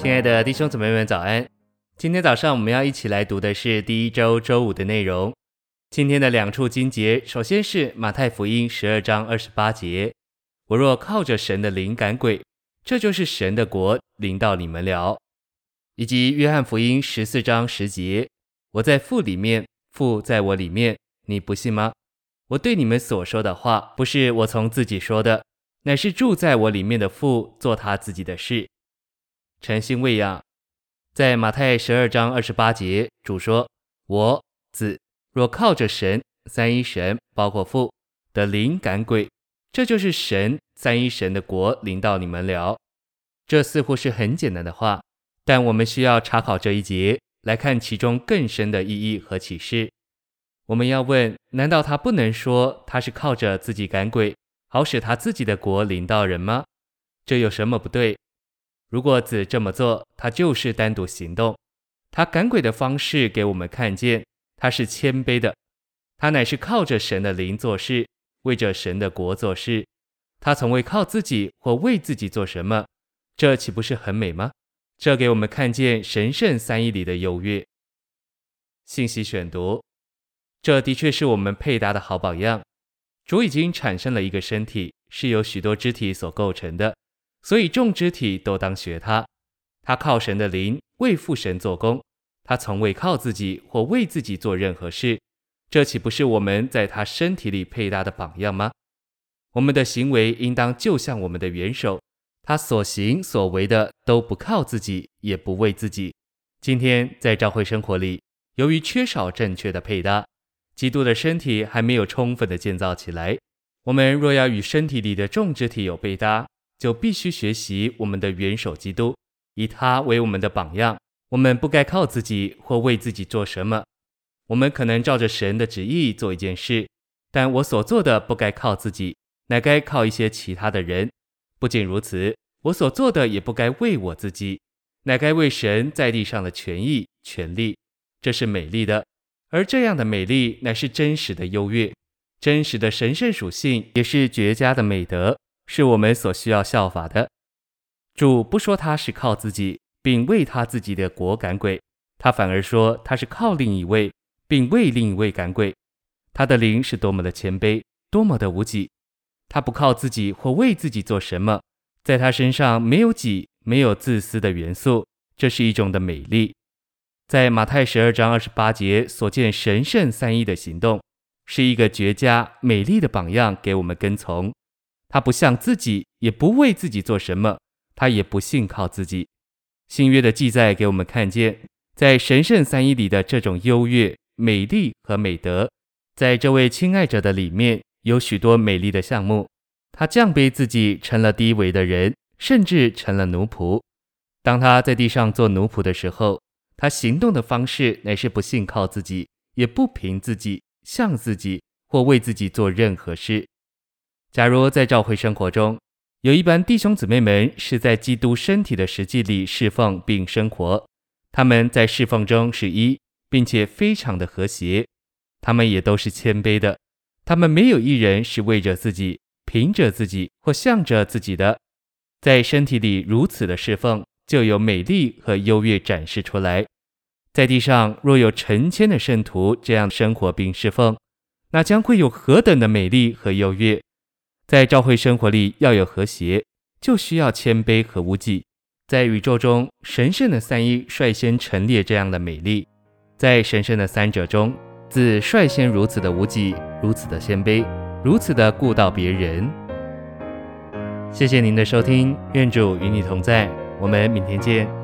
亲爱的弟兄姊妹们早安，今天早上我们要一起来读的是第一周周五的内容。今天的两处经节，首先是马太福音12章28节，我若靠着神的灵赶鬼，这就是神的国临到你们了。以及约翰福音14章10节，我在父里面，父在我里面，你不信吗？我对你们所说的话，不是我从自己说的，乃是住在我里面的父做他自己的事。诚心喂养，在马太12章28节，主说，我子若靠着神，三一神包括父的灵赶鬼，这就是神三一神的国临到你们了。这似乎是很简单的话，但我们需要查考这一节，来看其中更深的意义和启示。我们要问，难道他不能说他是靠着自己赶鬼，好使他自己的国临到人吗？这有什么不对？如果子这么做，他就是单独行动。他赶鬼的方式给我们看见，他是谦卑的，他乃是靠着神的灵做事，为着神的国做事。他从未靠自己或为自己做什么，这岂不是很美吗？这给我们看见神圣三一里的优越。信息选读，这的确是我们配搭的好榜样。主已经产生了一个身体，是由许多肢体所构成的，所以众肢体都当学他。他靠神的灵为父神做工，他从未靠自己或为自己做任何事，这岂不是我们在他身体里配搭的榜样吗？我们的行为应当就像我们的元首，他所行所为的都不靠自己，也不为自己。今天在教会生活里，由于缺少正确的配搭，基督的身体还没有充分的建造起来。我们若要与身体里的众肢体有配搭，就必须学习我们的元首基督，以他为我们的榜样。我们不该靠自己或为自己做什么。我们可能照着神的旨意做一件事，但我所做的不该靠自己，乃该靠一些其他的人。不仅如此，我所做的也不该为我自己，乃该为神在地上的权益、权利。这是美丽的，而这样的美丽乃是真实的优越，真实的神圣属性也是绝佳的美德，是我们所需要效法的。主不说他是靠自己，并为他自己的国赶鬼，他反而说他是靠另一位，并为另一位赶鬼。他的灵是多么的谦卑，多么的无己。他不靠自己或为自己做什么，在他身上没有己，没有自私的元素，这是一种的美丽。在马太12章28节所见神圣三一的行动，是一个绝佳美丽的榜样给我们跟从。他不像自己，也不为自己做什么，他也不信靠自己。新约的记载给我们看见，在神圣三一里的这种优越、美丽和美德，在这位亲爱者的里面有许多美丽的项目。他降卑自己，成了低微的人，甚至成了奴仆。当他在地上做奴仆的时候，他行动的方式乃是不信靠自己，也不凭自己、像自己或为自己做任何事。假如在教会生活中，有一般弟兄姊妹们是在基督身体的实际里侍奉并生活，他们在侍奉中是一，并且非常的和谐。他们也都是谦卑的，他们没有一人是为着自己、凭着自己或向着自己的。在身体里如此的侍奉，就有美丽和优越展示出来。在地上若有成千的圣徒这样生活并侍奉，那将会有何等的美丽和优越。在教会生活里要有和谐，就需要谦卑和无己。在宇宙中，神圣的三一率先陈列这样的美丽。在神圣的三者中，子率先如此的无己，如此的谦卑，如此的顾到别人。谢谢您的收听，愿主与你同在，我们明天见。